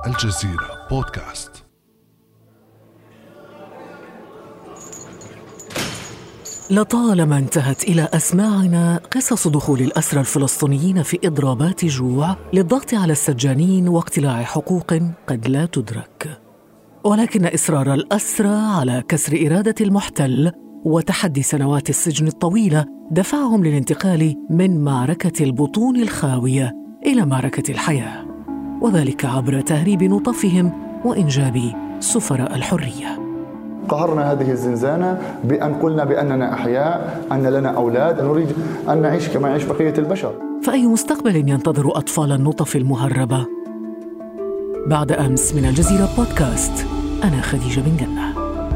الجزيرة بودكاست. لطالما انتهت إلى أسماعنا قصص دخول الأسرى الفلسطينيين في إضرابات جوع للضغط على السجانين واقتلاع حقوق قد لا تدرك، ولكن إصرار الأسرى على كسر إرادة المحتل وتحدي سنوات السجن الطويلة دفعهم للانتقال من معركة البطون الخاوية إلى معركة الحياة، وذلك عبر تهريب نطفهم وإنجاب سفراء الحرية. قهرنا هذه الزنزانة بأن قلنا بأننا أحياء، أن لنا أولاد، نريد أن نعيش كما يعيش بقية البشر. فأي مستقبل ينتظر أطفال النطف المهربة؟ بعد أمس من الجزيرة بودكاست، أنا خديجة بن جنة.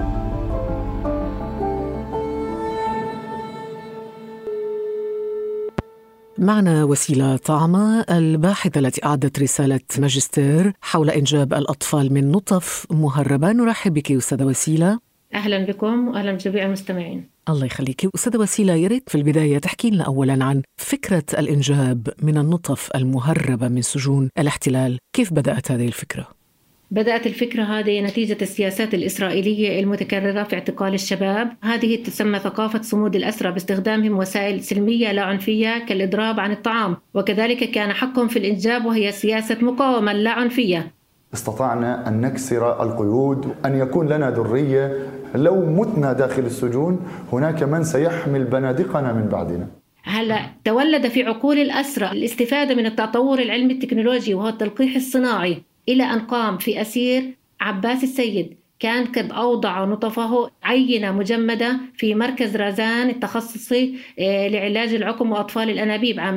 معنا وسيلة طعمة، الباحثة التي أعدت رسالة ماجستير حول إنجاب الأطفال من نطف مهربة. نرحب بك أستاذة وسيلة. أهلا بكم وأهلا بجميع المستمعين. الله يخليك. أستاذة وسيلة، يريد في البداية تحكي لنا أولا عن فكرة الإنجاب من النطف المهربة من سجون الاحتلال. كيف بدأت هذه الفكرة؟ بدأت الفكرة هذه نتيجة السياسات الإسرائيلية المتكررة في اعتقال الشباب. هذه تسمى ثقافة صمود الأسرى باستخدامهم وسائل سلمية لا عنفية كالإضراب عن الطعام، وكذلك كان حقهم في الإنجاب وهي سياسة مقاومة لا عنفية. استطعنا أن نكسر القيود، أن يكون لنا ذرية. لو متنا داخل السجون هناك من سيحمل بنادقنا من بعدنا. هلا تولد في عقول الأسرى الاستفادة من التطور العلمي التكنولوجي وهو التلقيح الصناعي، إلى أن قام في أسير عباس السيد كان قد أوضع نطفه عينة مجمدة في مركز رازان التخصصي لعلاج العقم وأطفال الأنابيب عام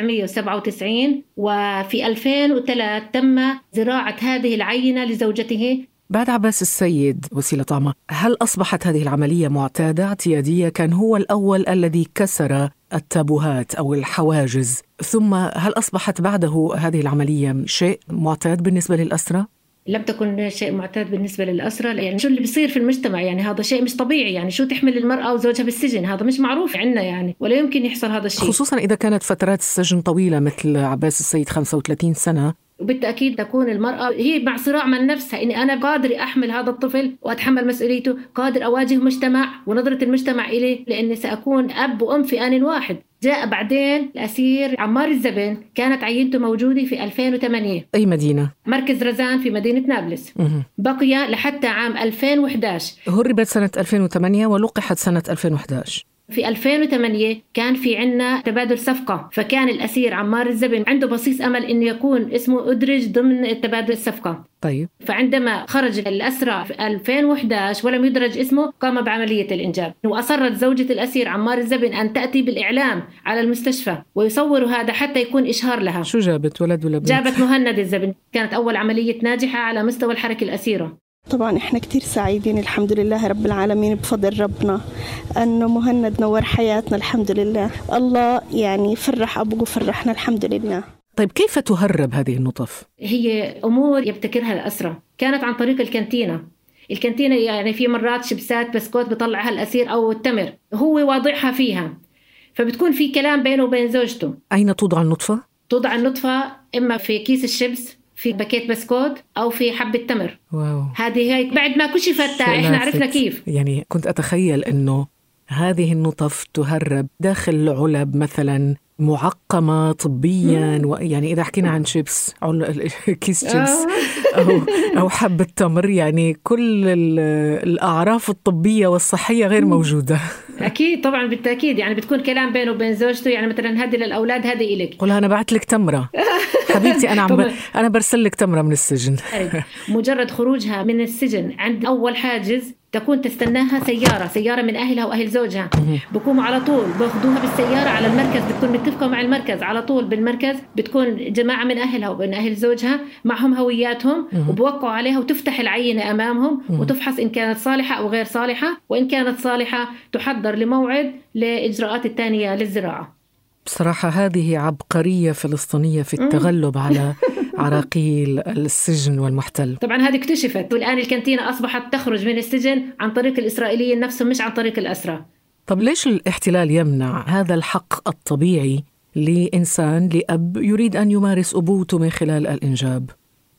1997، وفي 2003 تم زراعة هذه العينة لزوجته. بعد عباس السيد وسيلة طعمة، هل أصبحت هذه العملية معتادة اعتيادية؟ كان هو الأول الذي كسر التابوهات أو الحواجز، ثم هل أصبحت بعده هذه العملية شيء معتاد بالنسبة للأسرى؟ لم تكن شيء معتاد بالنسبة للأسرى. يعني شو اللي بيصير في المجتمع؟ يعني هذا شيء مش طبيعي. يعني شو تحمل المرأة وزوجها بالسجن؟ هذا مش معروف عندنا يعني، ولا يمكن يحصل هذا الشيء، خصوصا إذا كانت فترات السجن طويلة مثل عباس السيد 35 سنة. وبالتأكيد تكون المرأة هي مع صراع مع نفسها، إني أنا قادر أحمل هذا الطفل وأتحمل مسؤوليته، قادر أواجه مجتمع ونظرة المجتمع إليه، لأني سأكون أب وأم في آن واحد. جاء بعدين الأسير عمار الزبن، كانت عينته موجودة في 2008. أي مدينة؟ مركز رزان في مدينة نابلس. بقي لحتى عام 2011. هربت سنة 2008 ولقحت سنة 2011. في 2008 كان في عنا تبادل صفقة، فكان الأسير عمار الزبن عنده بصيص أمل إنه يكون اسمه أدرج ضمن تبادل الصفقة. طيب. فعندما خرج الأسرى في 2011 ولم يدرج اسمه، قام بعملية الإنجاب. وأصرت زوجة الأسير عمار الزبن أن تأتي بالإعلام على المستشفى ويصوروا هذا حتى يكون إشهار لها. شو جابت، ولد ولا بنت؟ جابت مهند الزبن. كانت أول عملية ناجحة على مستوى الحركة الأسيرة. طبعا احنا كتير سعيدين الحمد لله رب العالمين بفضل ربنا انه مهند نور حياتنا الحمد لله. الله يعني فرح ابوه وفرحنا الحمد لله. طيب كيف تهرب هذه النطف؟ هي امور يبتكرها الاسرى. كانت عن طريق الكانتينة يعني في مرات شبسات بسكوت بيطلعها الاسير او التمر هو واضعها فيها، فبتكون في كلام بينه وبين زوجته. اين توضع النطفة؟ توضع النطفة اما في كيس الشبس، في باكيت بسكوت، أو في حبة تمر. واو. هذه بعد ما كشفت إحنا عرفنا كيف. يعني كنت أتخيل أنه هذه النطف تهرب داخل علب مثلا معقمة طبيا، يعني إذا حكينا عن شيبس كيس شيبس أو حبة تمر، يعني كل الأعراف الطبية والصحية غير موجودة. أكيد طبعا بالتأكيد. يعني بتكون كلام بينه وبين زوجته، يعني مثلا هذه للأولاد هذه إليك، قولها أنا بعت لك تمرة حبيبتي، أنا برسل لك تمرة من السجن. مجرد خروجها من السجن عند أول حاجز تكون تستناها سيارة من أهلها وأهل زوجها، بقوموا على طول باخدوها بالسيارة على المركز، بتكون متفقة مع المركز على طول. بالمركز بتكون جماعة من أهلها ومن أهل زوجها معهم هوياتهم، وبوقعوا عليها وتفتح العينة أمامهم وتفحص إن كانت صالحة أو غير صالحة، وإن كانت صالحة تحضر لموعد لإجراءات الثانية للزراعة. بصراحة هذه عبقرية فلسطينية في التغلب على عراقيل السجن والمحتل. طبعا هذه اكتشفت، والآن الكانتينة أصبحت تخرج من السجن عن طريق الإسرائيليين نفسهم مش عن طريق الأسرى. طب ليش الاحتلال يمنع هذا الحق الطبيعي لإنسان لأب يريد أن يمارس أبوته من خلال الإنجاب؟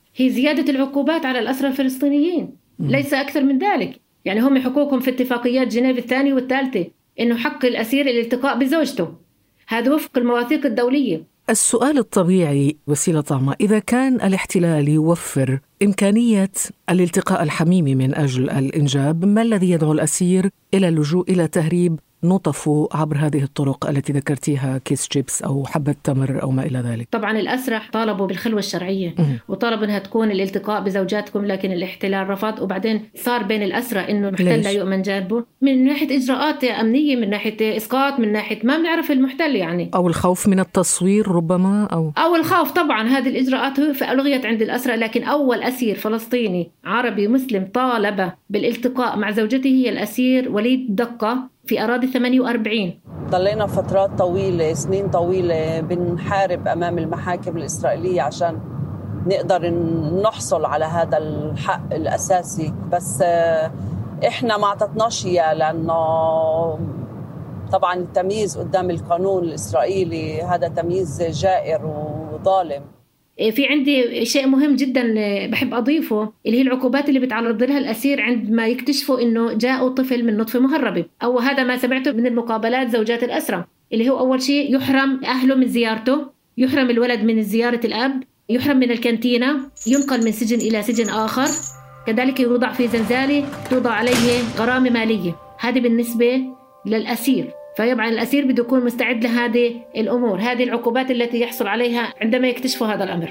هي زيادة العقوبات على الأسرى الفلسطينيين، ليس أكثر من ذلك. يعني هم حقوقهم في اتفاقيات جنيف الثانية والثالثة إنه حق الأسير الالتقاء بزوجته، هذا وفق المواثيق الدولية. السؤال الطبيعي وسيلة طعمة، إذا كان الاحتلال يوفر إمكانية الالتقاء الحميمي من أجل الإنجاب، ما الذي يدعو الأسير إلى اللجوء إلى تهريب نطفه عبر هذه الطرق التي ذكرتيها، كيس شيبس أو حبة تمر أو ما إلى ذلك؟ طبعا الأسرى طالبوا بالخلوة الشرعية وطالبوا أنها تكون الالتقاء بزوجاتكم، لكن الاحتلال رفض. وبعدين صار بين الأسرى إنه المحتل لا يؤمن جانبه من ناحية إجراءات أمنية، من ناحية إسقاط، من ناحية ما بنعرف المحتل يعني، أو الخوف من التصوير ربما، أو الخوف. طبعا هذه الإجراءات فألغيت عند الأسرى. لكن أول أسير فلسطيني عربي مسلم طالب بالالتقاء مع زوجته هي الأسير وليد دقة في أراضي 48. ضلينا فترات طويلة، سنين طويلة بنحارب أمام المحاكم الإسرائيلية عشان نقدر نحصل على هذا الحق الأساسي، بس إحنا ما عطتناش إياه، لأنه طبعا التمييز قدام القانون الإسرائيلي هذا تمييز جائر وظالم. في عندي شيء مهم جدا بحب أضيفه، اللي هي العقوبات اللي بتعرض لها الأسير عندما يكتشفوا إنه جاءوا طفل من نطفة مهربة، أو هذا ما سمعته من المقابلات زوجات الأسرى، اللي هو أول شيء يحرم أهله من زيارته، يحرم الولد من زيارة الأب، يحرم من الكانتينة، ينقل من سجن إلى سجن آخر، كذلك يوضع في زنزانة توضع عليه غرامة مالية. هذه بالنسبة للأسير. فيبقى الأسير بده يكون مستعد لهذه الأمور، هذه العقوبات التي يحصل عليها عندما يكتشفوا هذا الأمر.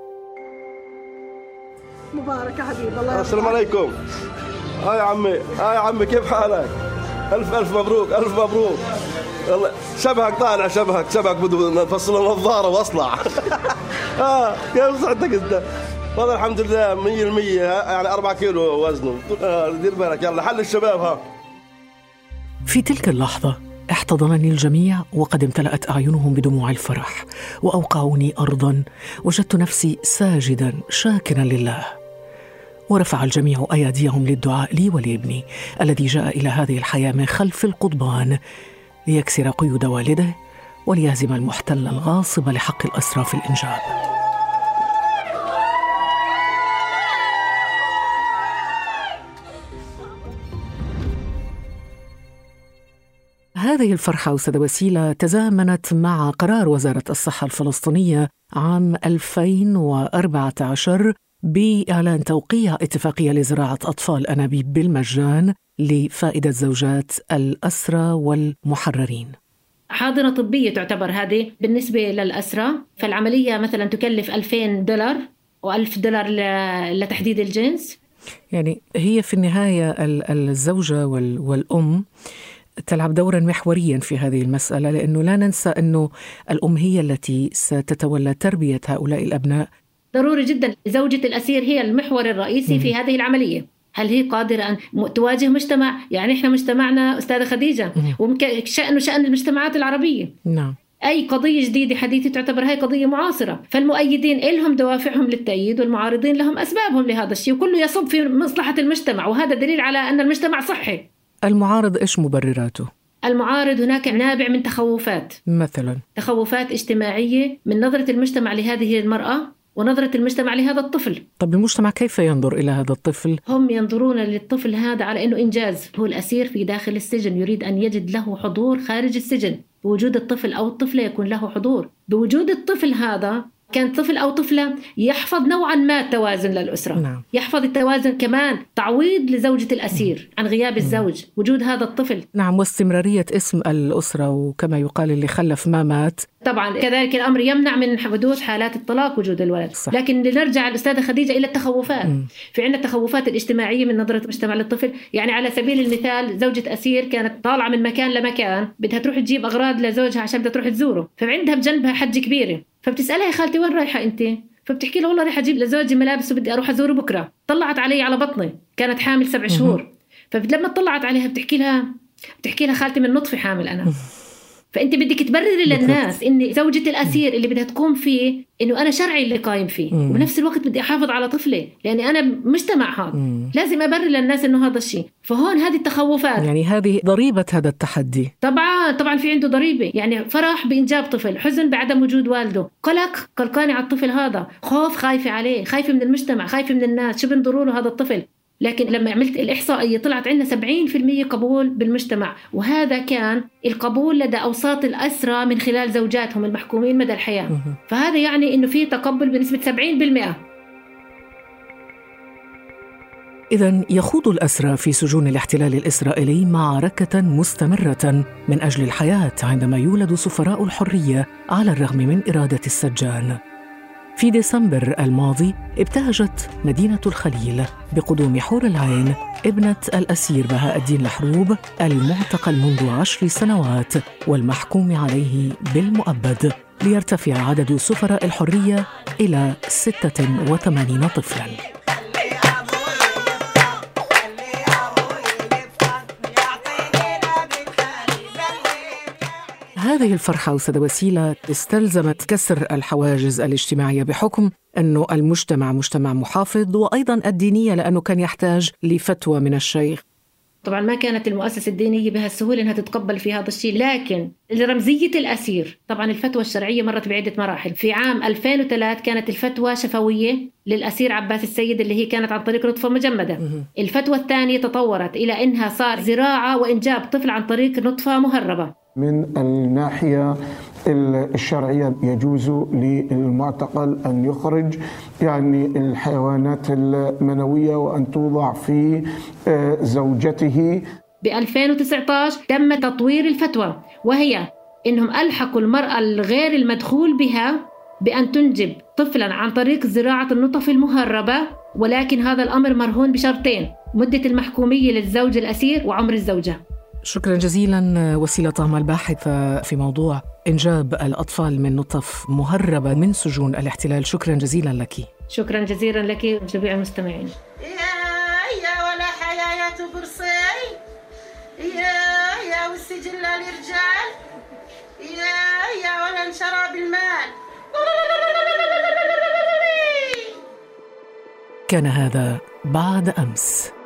مبارك يا حبيبي، الله. السلام عليكم. يا عمي كيف حالك؟ ألف مبروك، ألف مبروك. والله شبهك طالع، شبهك بده نفصل نظارة واصلع. كيف صحتك انت؟ والله الحمد لله 100%، يعني 4 كيلو وزنه. دير بالك، يلا حل الشباب. في تلك اللحظة احتضنني الجميع وقد امتلأت أعينهم بدموع الفرح، وأوقعوني أرضاً. وجدت نفسي ساجداً شاكراً لله، ورفع الجميع أيديهم للدعاء لي ولابني الذي جاء إلى هذه الحياة من خلف القضبان ليكسر قيود والده وليهزم المحتل الغاصب لحق الأسرى في الإنجاب. هذه الفرحة أستاذة وسيلة تزامنت مع قرار وزارة الصحة الفلسطينية عام 2014 بإعلان توقيع اتفاقية لزراعة أطفال أنابيب بالمجان لفائدة زوجات الأسرى والمحررين. حاضنة طبية تعتبر هذه بالنسبة للأسرى، فالعملية مثلا تكلف $2000 و$1000 لتحديد الجنس. يعني هي في النهاية الزوجة والأم تلعب دورا محوريا في هذه المسألة، لأنه لا ننسى أنه الأم هي التي ستتولى تربية هؤلاء الأبناء. ضروري جدا زوجة الأسير هي المحور الرئيسي في هذه العملية. هل هي قادرة أن تواجه مجتمع؟ يعني إحنا مجتمعنا أستاذة خديجة شأن المجتمعات العربية. نعم. أي قضية جديدة حديثة تعتبر هاي قضية معاصرة، فالمؤيدين لهم دوافعهم للتأييد والمعارضين لهم أسبابهم لهذا الشيء، وكله يصب في مصلحة المجتمع، وهذا دليل على أن المجتمع صحي. المعارض إيش مبرراته؟ المعارض هناك نابع من تخوفات، مثلا تخوفات اجتماعية من نظرة المجتمع لهذه المرأة ونظرة المجتمع لهذا الطفل. طب المجتمع كيف ينظر إلى هذا الطفل؟ هم ينظرون للطفل هذا على أنه إنجاز. هو الأسير في داخل السجن يريد أن يجد له حضور خارج السجن. بوجود الطفل أو الطفلة يكون له حضور. بوجود الطفل هذا كان طفل أو طفلة يحفظ نوعا ما التوازن للأسرة. نعم. يحفظ التوازن، كمان تعويض لزوجة الأسير عن غياب الزوج، وجود هذا الطفل. نعم، واستمرارية اسم الأسرة، وكما يقال اللي خلف ما مات. طبعا كذلك الأمر يمنع من حدوث حالات الطلاق وجود الولد. صح. لكن لنرجع الأستاذة خديجة إلى التخوفات. في عندنا التخوفات الاجتماعية من نظرة المجتمع للطفل. يعني على سبيل المثال زوجة أسير كانت طالعة من مكان لمكان، بدها تروح تجيب أغراض لزوجها عشان بدها تروح تزوره، فعندها بجنبها حجة كبيرة، فبتسألها يا خالتي وين رايحة أنت؟ فبتحكي لها والله رايحة أجيب لزوجي ملابس وبدي أروح أزوره بكرة. طلعت علي على بطني، كانت حامل 7 شهور. فلما طلعت عليها بتحكي لها خالتي من نطفي حامل أنا. فأنت بدك تبرري للناس إن زوجة الأسير اللي بدها تقوم فيه إنه أنا شرعي اللي قايم فيه، وبنفس الوقت بدي أحافظ على طفلي لأني أنا مجتمع هذا، لازم أبرر للناس إنه هذا الشيء. فهون هذه التخوفات، يعني هذه ضريبة هذا التحدي. طبعا في عنده ضريبة، يعني فرح بإنجاب طفل، حزن بعدم وجود والده، قلقانة على الطفل هذا، خوف خايفة عليه، خايفة من المجتمع، خايفة من الناس، شو بنضروا له هذا الطفل. لكن لما عملت الإحصائية طلعت عندنا 70% قبول بالمجتمع، وهذا كان القبول لدى أوساط الأسرى من خلال زوجاتهم المحكومين مدى الحياة. فهذا يعني إنه في تقبل بنسبة 70%. إذن يخوض الأسرى في سجون الاحتلال الإسرائيلي معركة مستمرة من أجل الحياة عندما يولد سفراء الحرية على الرغم من إرادة السجان. في ديسمبر الماضي ابتهجت مدينة الخليل بقدوم حور العين ابنة الأسير بهاء الدين الحروب المعتقل منذ 10 سنوات والمحكوم عليه بالمؤبد، ليرتفع عدد سفراء الحرية إلى 86 طفلاً. هذه الفرحة أستاذة وسيلة استلزمت كسر الحواجز الاجتماعية بحكم أنه المجتمع مجتمع محافظ، وأيضاً الدينية لأنه كان يحتاج لفتوى من الشيخ. طبعا ما كانت المؤسسة الدينية بهالسهولة أنها تتقبل في هذا الشيء، لكن رمزية الأسير طبعا الفتوى الشرعية مرت بعدة مراحل. في عام 2003 كانت الفتوى شفوية للأسير عباس السيد اللي هي كانت عن طريق نطفة مجمدة. الفتوى الثانية تطورت إلى أنها صار زراعة وإنجاب طفل عن طريق نطفة مهربة. من الناحية الشرعية يجوز للمعتقل أن يخرج يعني الحيوانات المنوية وأن توضع في زوجته. ب 2019 تم تطوير الفتوى، وهي إنهم ألحقوا المرأة الغير المدخول بها بأن تنجب طفلا عن طريق زراعة النطف المهربة، ولكن هذا الأمر مرهون بشرطين: مدة المحكومية للزوج الأسير وعمر الزوجة. شكرا جزيلا وسيلة طعم الباحثة في موضوع إنجاب الأطفال من نطف مهربة من سجون الاحتلال. شكرا جزيلا لك. شكرا جزيلا لك وجميع المستمعين. يا ولا حياة برصي يا والسجن للرجال يا ولا انشرب المال. كان هذا بعد أمس.